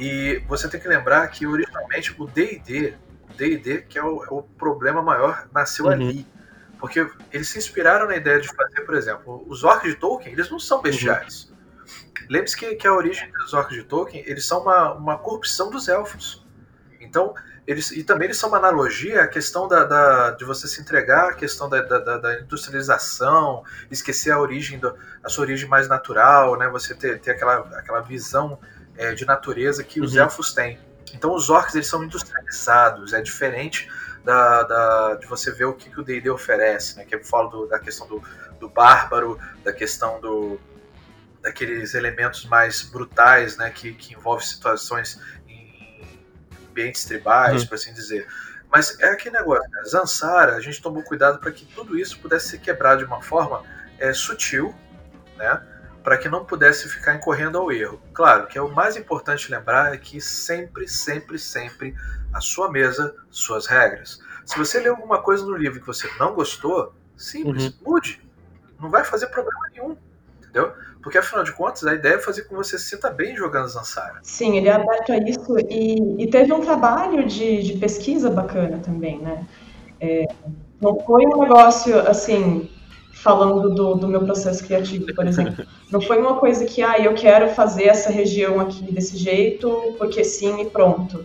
E você tem que lembrar que originalmente o D e D D e D, que é o, é o problema maior, nasceu uhum. ali. Porque eles se inspiraram na ideia de fazer, por exemplo, os orcs de Tolkien, eles não são bestiais. Uhum. Lembre-se que, que a origem dos orcs de Tolkien, eles são uma, uma corrupção dos elfos. Então, eles, e também eles são uma analogia à questão da, da, de você se entregar à questão da, da, da industrialização, esquecer a origem, do, a sua origem mais natural, né? Você ter, ter aquela, aquela visão é, de natureza que os uhum. elfos têm. Então os orcs eles são industrializados, é diferente da, da, de você ver o que, que o D e D oferece, né? Que eu falo do, da questão do, do bárbaro, da questão do, daqueles elementos mais brutais, né? Que, que envolvem situações em ambientes tribais, uhum. por assim dizer. Mas é aquele negócio, né? Zansara, a gente tomou cuidado para que tudo isso pudesse ser quebrado de uma forma é, sutil, né? Para que não pudesse ficar incorrendo ao erro. Claro que é o mais importante lembrar é que sempre, sempre, sempre a sua mesa, suas regras. Se você lê alguma coisa no livro que você não gostou, simples, uhum. mude. Não vai fazer problema nenhum, entendeu? Porque afinal de contas a ideia é fazer com que você se sinta bem jogando Zansara. Sim, ele é aberto a isso e, e teve um trabalho de, de pesquisa bacana também, né? É, não foi um negócio assim... falando do, do meu processo criativo, por exemplo. Não foi uma coisa que, ah, eu quero fazer essa região aqui desse jeito, porque sim e pronto.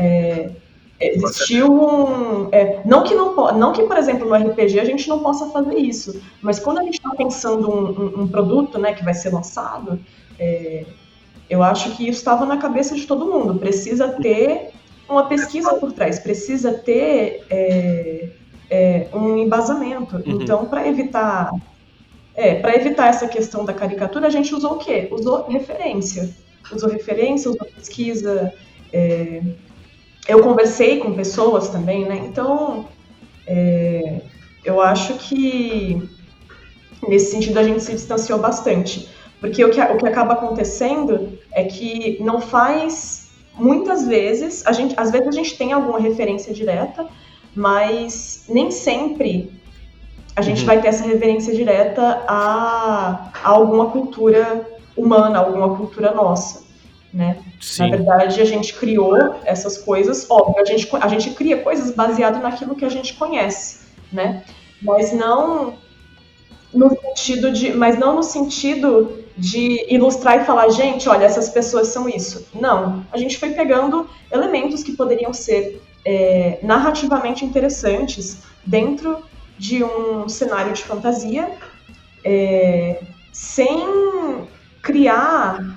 É, existiu um... É, não, que não, não que, por exemplo, no R P G a gente não possa fazer isso, mas quando a gente está pensando um, um, um produto, né, que vai ser lançado, é, eu acho que isso estava na cabeça de todo mundo. Precisa ter uma pesquisa por trás, precisa ter... É, É, um embasamento. Uhum. Então, para evitar, é, para evitar essa questão da caricatura, a gente usou o quê? Usou referência. Usou referência, usou pesquisa. É, eu conversei com pessoas também, né? Então, é, eu acho que nesse sentido a gente se distanciou bastante. Porque o que, o que acaba acontecendo é que não faz, muitas vezes, a gente, às vezes a gente tem alguma referência direta, mas nem sempre a gente Uhum. vai ter essa referência direta a, a alguma cultura humana, alguma cultura nossa, né? Sim. Na verdade, a gente criou essas coisas, óbvio, a gente, a gente cria coisas baseado naquilo que a gente conhece, né? Mas não no sentido de, mas não no sentido de ilustrar e falar, gente, olha, essas pessoas são isso. Não, a gente foi pegando elementos que poderiam ser é, narrativamente interessantes dentro de um cenário de fantasia, é, sem criar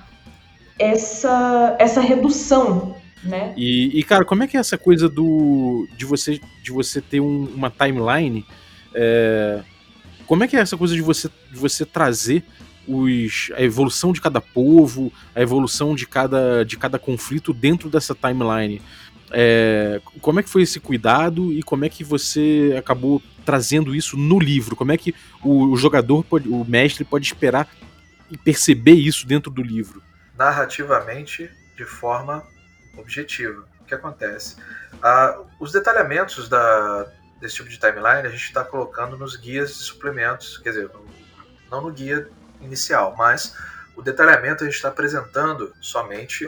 essa, essa redução, né? E, e, cara, como é que é essa coisa do de você, de você ter um, uma timeline? É, como é que é essa coisa de você, de você trazer os, a evolução de cada povo, a evolução de cada, de cada conflito dentro dessa timeline? É, como é que foi esse cuidado e como é que você acabou trazendo isso no livro? Como é que o, o jogador, pode, o mestre pode esperar e perceber isso dentro do livro? Narrativamente, de forma objetiva. O que acontece? Ah, os detalhamentos da, desse tipo de timeline a gente está colocando nos guias de suplementos, quer dizer, no, não no guia inicial, mas o detalhamento a gente está apresentando somente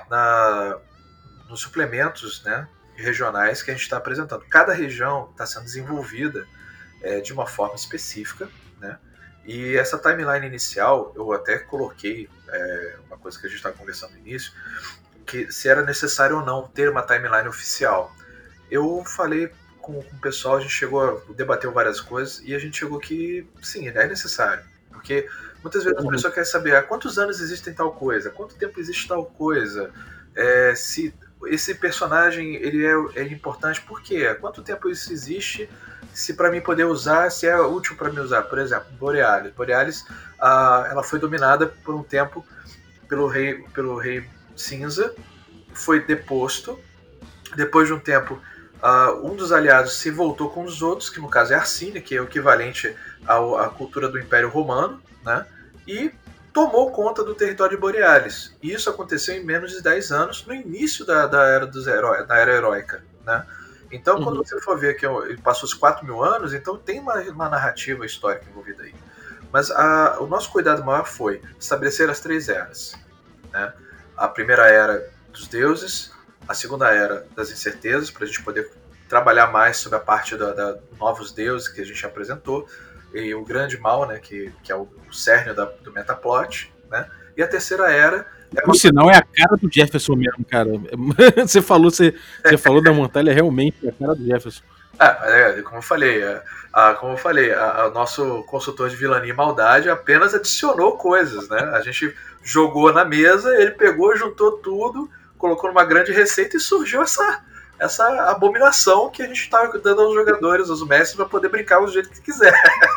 na, nos suplementos, né, regionais que a gente está apresentando. Cada região está sendo desenvolvida é, de uma forma específica, né? E essa timeline inicial, eu até coloquei é, uma coisa que a gente estava conversando no início, que se era necessário ou não ter uma timeline oficial. Eu falei com, com o pessoal, a gente chegou a debater várias coisas e a gente chegou que sim, é necessário. Porque muitas vezes a pessoa quer saber há quantos anos existe tal coisa, quanto tempo existe tal coisa, é, se esse personagem ele é, é importante, por quê? Há quanto tempo isso existe, se para mim poder usar, se é útil para mim usar. Por exemplo, Borealis. Borealis ah, ela foi dominada por um tempo pelo rei, pelo rei Cinza, foi deposto. Depois de um tempo, uh, um dos aliados se voltou com os outros, que no caso é Arsínia, que é o equivalente ao, à cultura do Império Romano, né? E tomou conta do território de Borealis. E isso aconteceu em menos de dez anos, no início da, da, era, dos heró- da era heróica, né? Então, quando uhum. você for ver que ele passou os quatro mil anos, então tem uma, uma narrativa histórica envolvida aí. Mas a, o nosso cuidado maior foi estabelecer as três eras, né? A primeira era dos deuses, a segunda era das incertezas, para a gente poder trabalhar mais sobre a parte da, da novos deuses que a gente apresentou, e o grande mal, né, que, que é o, o cerne da, do metaplot, né? E a terceira era... É Por uma... sinal, é a cara do Jefferson mesmo, cara. Você falou, você, você falou da Montalha, realmente é a cara do Jefferson. Ah, é, como eu falei, a, a, como eu falei, o nosso consultor de vilania e maldade apenas adicionou coisas, né? A gente jogou na mesa, ele pegou, juntou tudo, colocou numa grande receita e surgiu essa, essa abominação que a gente estava dando aos jogadores, aos mestres, para poder brincar do jeito que quiser.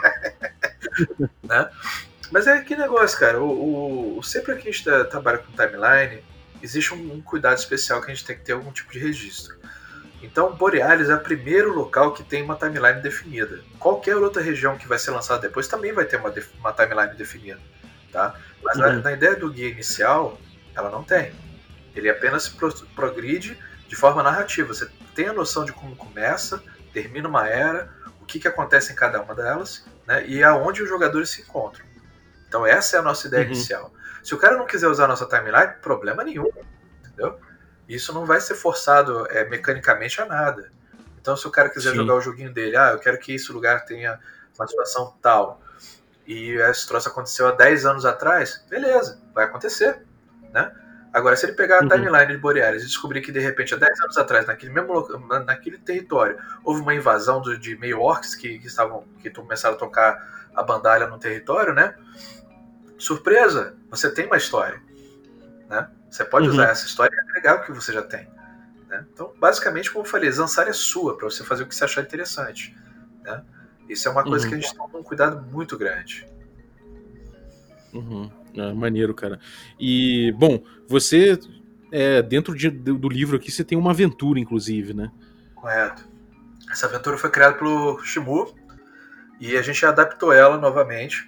Né? Mas é que negócio, cara. O, o, sempre que a gente tá, trabalha com timeline, existe um, um cuidado especial que a gente tem que ter algum tipo de registro. Então, Borealis é o primeiro local que tem uma timeline definida. Qualquer outra região que vai ser lançada depois também vai ter uma, uma timeline definida. Tá? Mas uhum. na, na ideia do guia inicial, ela não tem. Ele apenas pro, progride de forma narrativa. Você tem a noção de como começa, termina uma era, o que, que acontece em cada uma delas, né, e aonde os jogadores se encontram. Então essa é a nossa ideia uhum. inicial. Se o cara não quiser usar a nossa timeline, problema nenhum. Entendeu? Isso não vai ser forçado é, mecanicamente a nada. Então se o cara quiser Sim. jogar o joguinho dele, ah, eu quero que esse lugar tenha uma situação tal, e esse troço aconteceu há dez anos atrás, beleza, vai acontecer, né? Agora, se ele pegar a timeline uhum. de Borealis e descobrir que, de repente, há dez anos atrás, naquele mesmo naquele território, houve uma invasão do, de meio orcs que, que, estavam, que começaram a tocar a bandalha no território, né? Surpresa, você tem uma história, né? Você pode uhum. usar essa história e agregar o que você já tem, né? Então, basicamente, como eu falei, Zansar é sua, para você fazer o que você achar interessante, né? Isso é uma coisa uhum. que a gente toma um cuidado muito grande. Uhum. Ah, maneiro, cara. E, bom, você, é, dentro de, do livro aqui, você tem uma aventura, inclusive, né? Correto. Essa aventura foi criada pelo Shimu e a gente adaptou ela novamente.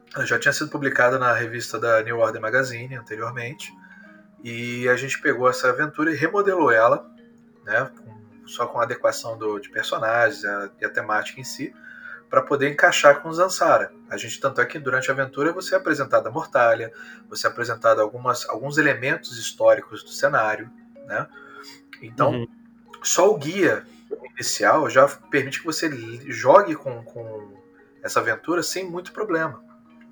Ela já tinha sido publicada na revista da New Order Magazine anteriormente, e a gente pegou essa aventura e remodelou ela, né, com, só com a adequação do, de personagens a, e a temática em si, para poder encaixar com os Zansara. A gente, tanto é que durante a aventura você é apresentado a Mortalha, você é apresentado algumas, alguns elementos históricos do cenário, né? Então, uhum. só o guia inicial já permite que você jogue com, com essa aventura sem muito problema.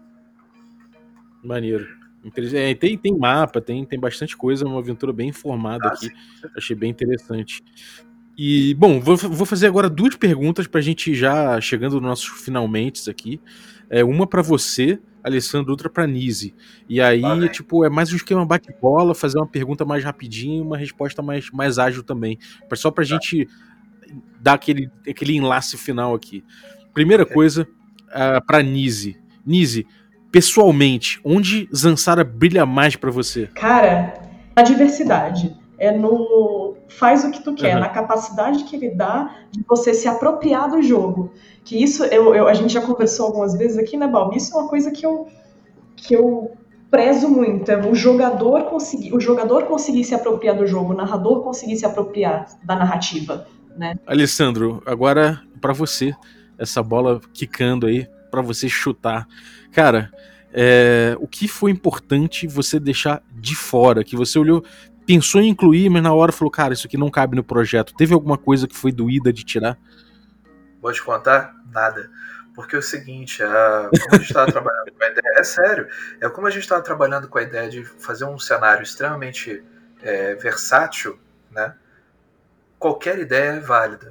Maneiro. É, tem, tem mapa, tem, tem bastante coisa, uma aventura bem informada ah, aqui. Sim. Achei bem interessante. E, bom, vou, vou fazer agora duas perguntas pra gente já chegando nos nossos finalmente aqui. É, uma pra você, Alessandro, outra pra Nise. E aí, ah, tipo, é mais um esquema bate-bola, fazer uma pergunta mais rapidinho e uma resposta mais, mais ágil também. Só pra ah. gente dar aquele, aquele enlace final aqui. Primeira okay. coisa, uh, pra Nise. Nise, pessoalmente, onde Zansara brilha mais pra você? Cara, a diversidade. É no faz o que tu quer, uhum. na capacidade que ele dá de você se apropriar do jogo. Que isso, eu, eu, a gente já conversou algumas vezes aqui, né, Bob? Isso é uma coisa que eu, que eu prezo muito. É o jogador conseguir, o jogador conseguir se apropriar do jogo, o narrador conseguir se apropriar da narrativa, né? Alessandro, agora pra você, essa bola quicando aí, pra você chutar. Cara, é, o que foi importante você deixar de fora? Que você olhou, pensou em incluir, mas na hora falou, cara, isso aqui não cabe no projeto. Teve alguma coisa que foi doída de tirar? Vou te contar? Nada. Porque é o seguinte, a, como a gente estava trabalhando com a ideia, é sério, é como a gente estava trabalhando com a ideia de fazer um cenário extremamente é, versátil, né? Qualquer ideia é válida.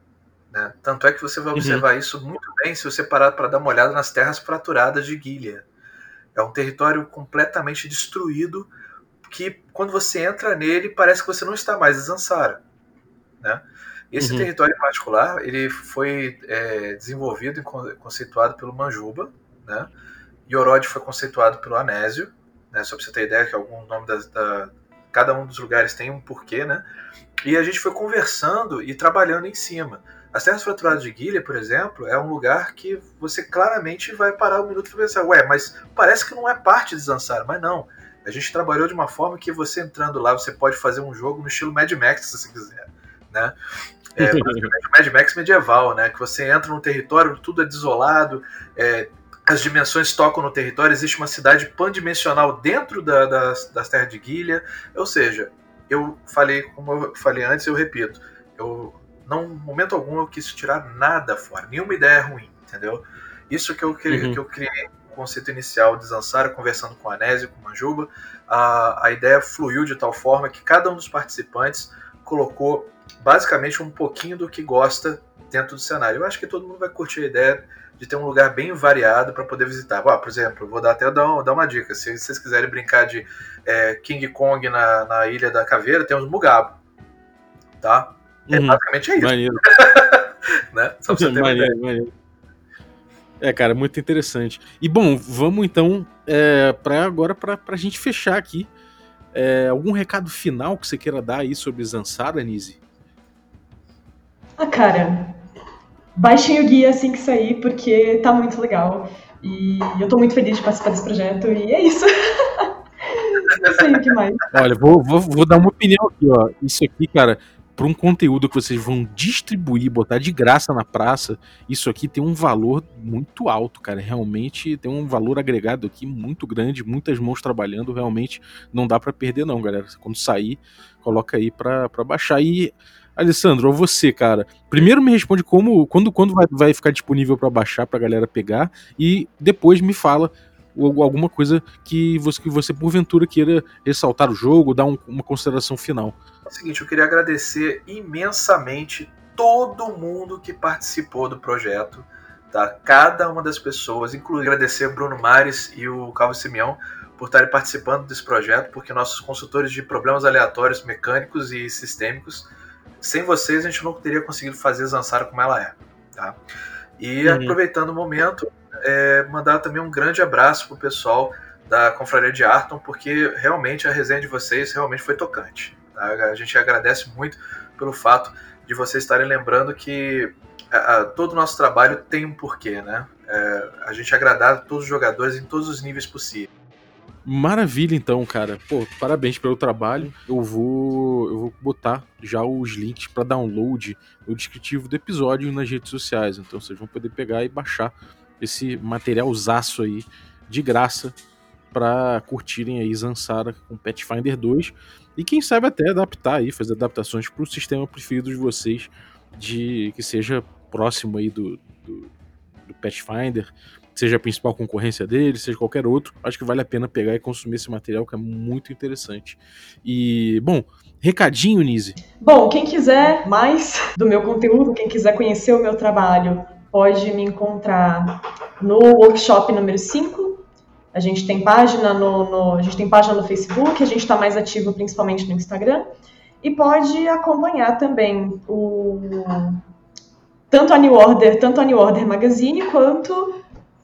Né? Tanto é que você vai observar uhum. isso muito bem se você parar para dar uma olhada nas terras fraturadas de Gilead. É um território completamente destruído que, quando você entra nele, parece que você não está mais em Zansara. Né? Esse uhum. território em particular, ele foi é, desenvolvido e conceituado pelo Manjuba, né? Yorod foi conceituado pelo Anésio, né? Só para você ter ideia que algum nome das, da, cada um dos lugares tem um porquê, né? E a gente foi conversando e trabalhando em cima. As Terras Fraturadas de Gilead, por exemplo, é um lugar que você claramente vai parar um minuto e pensar, ué, mas parece que não é parte de Zansara, mas não. A gente trabalhou de uma forma que você entrando lá, você pode fazer um jogo no estilo Mad Max, se você quiser, né? É, Mad Max medieval, né? Que você entra num território, tudo é desolado, é, as dimensões tocam no território, existe uma cidade pandimensional dentro da, das, das terras de Gilead, ou seja, eu falei, como eu falei antes, eu repito, eu não, em momento algum eu quis tirar nada fora, nenhuma ideia ruim, entendeu? Isso que eu, uhum. que eu criei o conceito inicial de Zansara, conversando com a Anésio, com o Manjuba, a, a ideia fluiu de tal forma que cada um dos participantes colocou basicamente um pouquinho do que gosta dentro do cenário. Eu acho que todo mundo vai curtir a ideia de ter um lugar bem variado para poder visitar. Ah, por exemplo, vou dar até dar, um, dar uma dica. Se vocês quiserem brincar de é, King Kong na, na Ilha da Caveira, tem os Mugabo. Tá? É, uhum. Basicamente é isso. Maneiro. Né? Só pra você ter maneiro, uma ideia. Maneiro. É, cara, muito interessante. E bom, vamos então é, para agora para a gente fechar aqui. É, algum recado final que você queira dar aí sobre Zansara, Nise? Ah, cara, baixem o guia assim que sair, porque tá muito legal. E eu tô muito feliz de participar desse projeto, e é isso. Não sei o que mais. Olha, vou, vou, vou dar uma opinião aqui, ó. Isso aqui, cara, para um conteúdo que vocês vão distribuir, botar de graça na praça, isso aqui tem um valor muito alto, cara. Realmente tem um valor agregado aqui muito grande, muitas mãos trabalhando, realmente não dá para perder não, galera. Quando sair, coloca aí para baixar. E, Alessandro, você, cara, primeiro me responde como, quando, quando vai, vai ficar disponível para baixar, pra galera pegar, e depois me fala alguma coisa que você, que você porventura queira ressaltar o jogo, dar um, uma consideração final. É o seguinte, eu queria agradecer imensamente todo mundo que participou do projeto, tá? Cada uma das pessoas, incluindo agradecer o Bruno Mares e o Calvo Simeão por estarem participando desse projeto, porque nossos consultores de problemas aleatórios, mecânicos e sistêmicos, sem vocês a gente não teria conseguido fazer Zansara como ela é, tá? E uhum. aproveitando o momento, é, mandar também um grande abraço pro pessoal da Confraria de Arton, porque realmente a resenha de vocês realmente foi tocante. Tá? A gente agradece muito pelo fato de vocês estarem lembrando que a, a, todo o nosso trabalho tem um porquê, né? É, a gente agradar a todos os jogadores em todos os níveis possíveis. Maravilha, então, cara. Pô, parabéns pelo trabalho. Eu vou, eu vou botar já os links para download no descritivo do episódio e nas redes sociais. Então vocês vão poder pegar e baixar esse materialzaço aí de graça para curtirem aí Zansara com Pathfinder dois. E quem sabe até adaptar aí, fazer adaptações para o sistema preferido de vocês, de que seja próximo aí do, do, do Pathfinder, seja a principal concorrência dele, seja qualquer outro. Acho que vale a pena pegar e consumir esse material, que é muito interessante. E, bom, recadinho, Nise? Bom, quem quiser mais do meu conteúdo, quem quiser conhecer o meu trabalho, pode me encontrar no workshop número cinco. A gente tem página no, no, a gente tem página no Facebook, a gente está mais ativo principalmente no Instagram. E pode acompanhar também o, tanto a New Order, tanto a New Order Magazine, quanto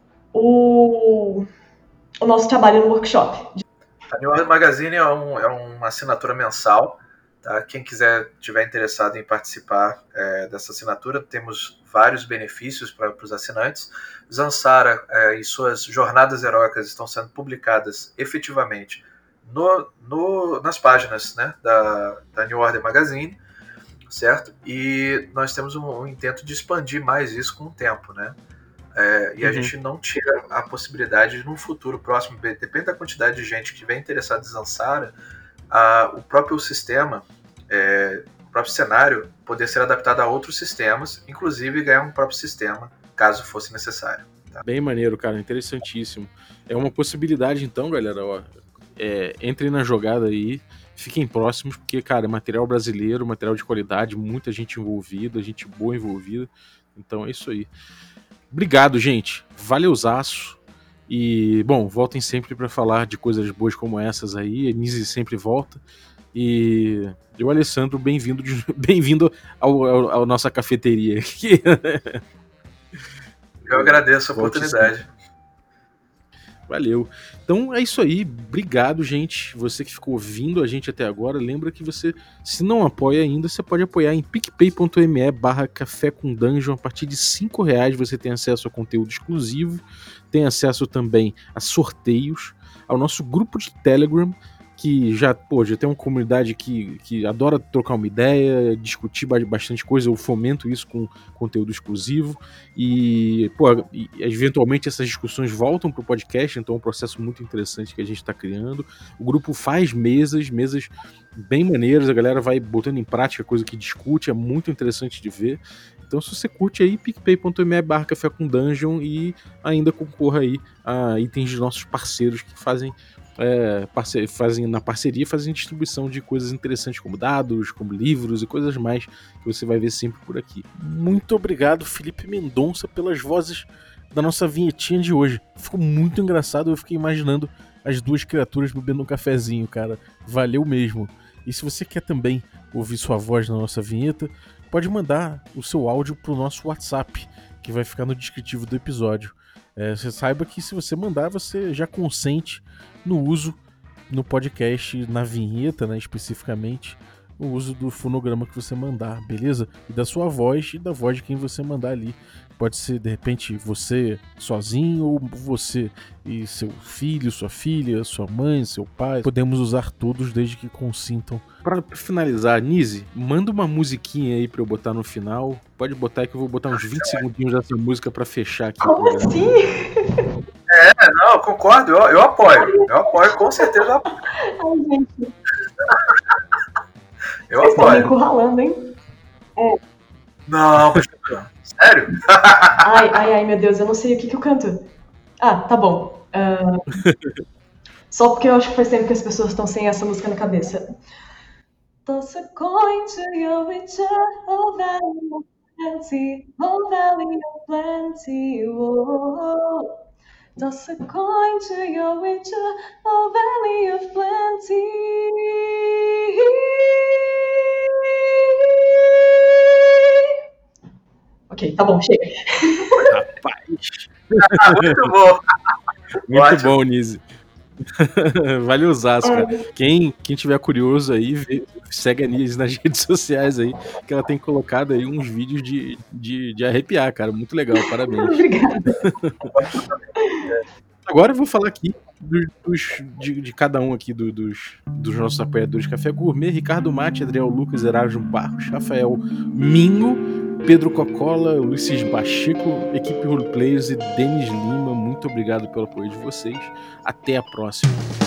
O, o nosso trabalho no workshop. A New Order Magazine é, um, é uma assinatura mensal. Tá? Quem quiser, tiver interessado em participar é, dessa assinatura, temos vários benefícios para os assinantes. Zansara é, e suas jornadas heróicas estão sendo publicadas efetivamente no, no, nas páginas, né, da, da New Order Magazine, certo? E nós temos um, um intento de expandir mais isso com o tempo, né? É, e a uhum. gente não tira a possibilidade de, num futuro próximo, depende da quantidade de gente que estiver interessada em Zansara, a, o próprio sistema, é, o próprio cenário, poder ser adaptado a outros sistemas, inclusive ganhar um próprio sistema, caso fosse necessário. Tá? Bem maneiro, cara, interessantíssimo. É uma possibilidade, então, galera, ó, é, entrem na jogada aí, fiquem próximos, porque, cara, é material brasileiro, material de qualidade, muita gente envolvida, gente boa envolvida, então é isso aí. Obrigado, gente. Valeuzaço. E, bom, voltem sempre para falar de coisas boas como essas aí. A Nise sempre volta. E eu, Alessandro, bem-vindo bem-vindo ao, ao, ao nossa cafeteria aqui. Eu agradeço a Volte oportunidade. Sempre. Valeu. Então é isso aí. Obrigado, gente. Você que ficou ouvindo a gente até agora, lembra que você, se não apoia ainda, você pode apoiar em picpay.me barra café com dungeon. A partir de cinco reais você tem acesso a conteúdo exclusivo, tem acesso também a sorteios, ao nosso grupo de Telegram, que já, pô, já tem uma comunidade que, que adora trocar uma ideia, discutir bastante coisa. Eu fomento isso com conteúdo exclusivo e, pô, e, eventualmente essas discussões voltam pro podcast, então é um processo muito interessante que a gente está criando. O grupo faz mesas, mesas bem maneiras, a galera vai botando em prática coisa que discute, é muito interessante de ver. Então, se você curte aí, picpay.me barra café com dungeon e ainda concorra aí a itens de nossos parceiros que fazem É, parce- fazem na parceria, fazem distribuição de coisas interessantes como dados, como livros e coisas mais que você vai ver sempre por aqui. Muito obrigado, Felipe Mendonça, pelas vozes da nossa vinhetinha de hoje. Ficou muito engraçado, eu fiquei imaginando as duas criaturas bebendo um cafezinho, cara. Valeu mesmo. E se você quer também ouvir sua voz na nossa vinheta, pode mandar o seu áudio pro nosso WhatsApp, que vai ficar no descritivo do episódio. É, você saiba que se você mandar, você já consente no uso no podcast, na vinheta, né, especificamente, o uso do fonograma que você mandar, beleza? E da sua voz e da voz de quem você mandar ali. Pode ser, de repente, você sozinho ou você e seu filho, sua filha, sua mãe, seu pai. Podemos usar todos desde que consintam. Para finalizar, Nise, manda uma musiquinha aí pra eu botar no final. Pode botar aí que eu vou botar uns vinte segundinhos dessa música pra fechar aqui. Como assim? É, não, eu concordo, eu, eu apoio. Eu apoio, com certeza eu apoio. Ai, gente. Eu Vocês estão me apoio. encurralando, hein? É. Não, sério? Ai, ai, ai, meu Deus, eu não sei o que que eu canto. Ah, tá bom. Uh, só porque eu acho que faz tempo que as pessoas estão sem essa música na cabeça. Toss a coin to your witcher, oh valley of plenty, oh valley of plenty, oh. Toss a coin to your witcher, oh valley of plenty. Ok, tá bom, chega. Rapaz. Muito bom. Muito Ótimo. bom, Nise. Vale usar, cara. Quem, quem tiver curioso aí, vê, segue a Nise nas redes sociais aí, que ela tem colocado aí uns vídeos de, de, de arrepiar, cara. Muito legal, parabéns. Obrigada. Agora eu vou falar aqui dos, dos- de, de cada um aqui do- dos, dos nossos apoiadores Café Gourmet: Ricardo Mate, Adriel Lucas, Erasmo Barros, Rafael Mingo, Pedro Cocola, Ulisses Bacheco, Equipe Roleplayers e Denis Lima. Muito obrigado pelo apoio de vocês. Até a próxima.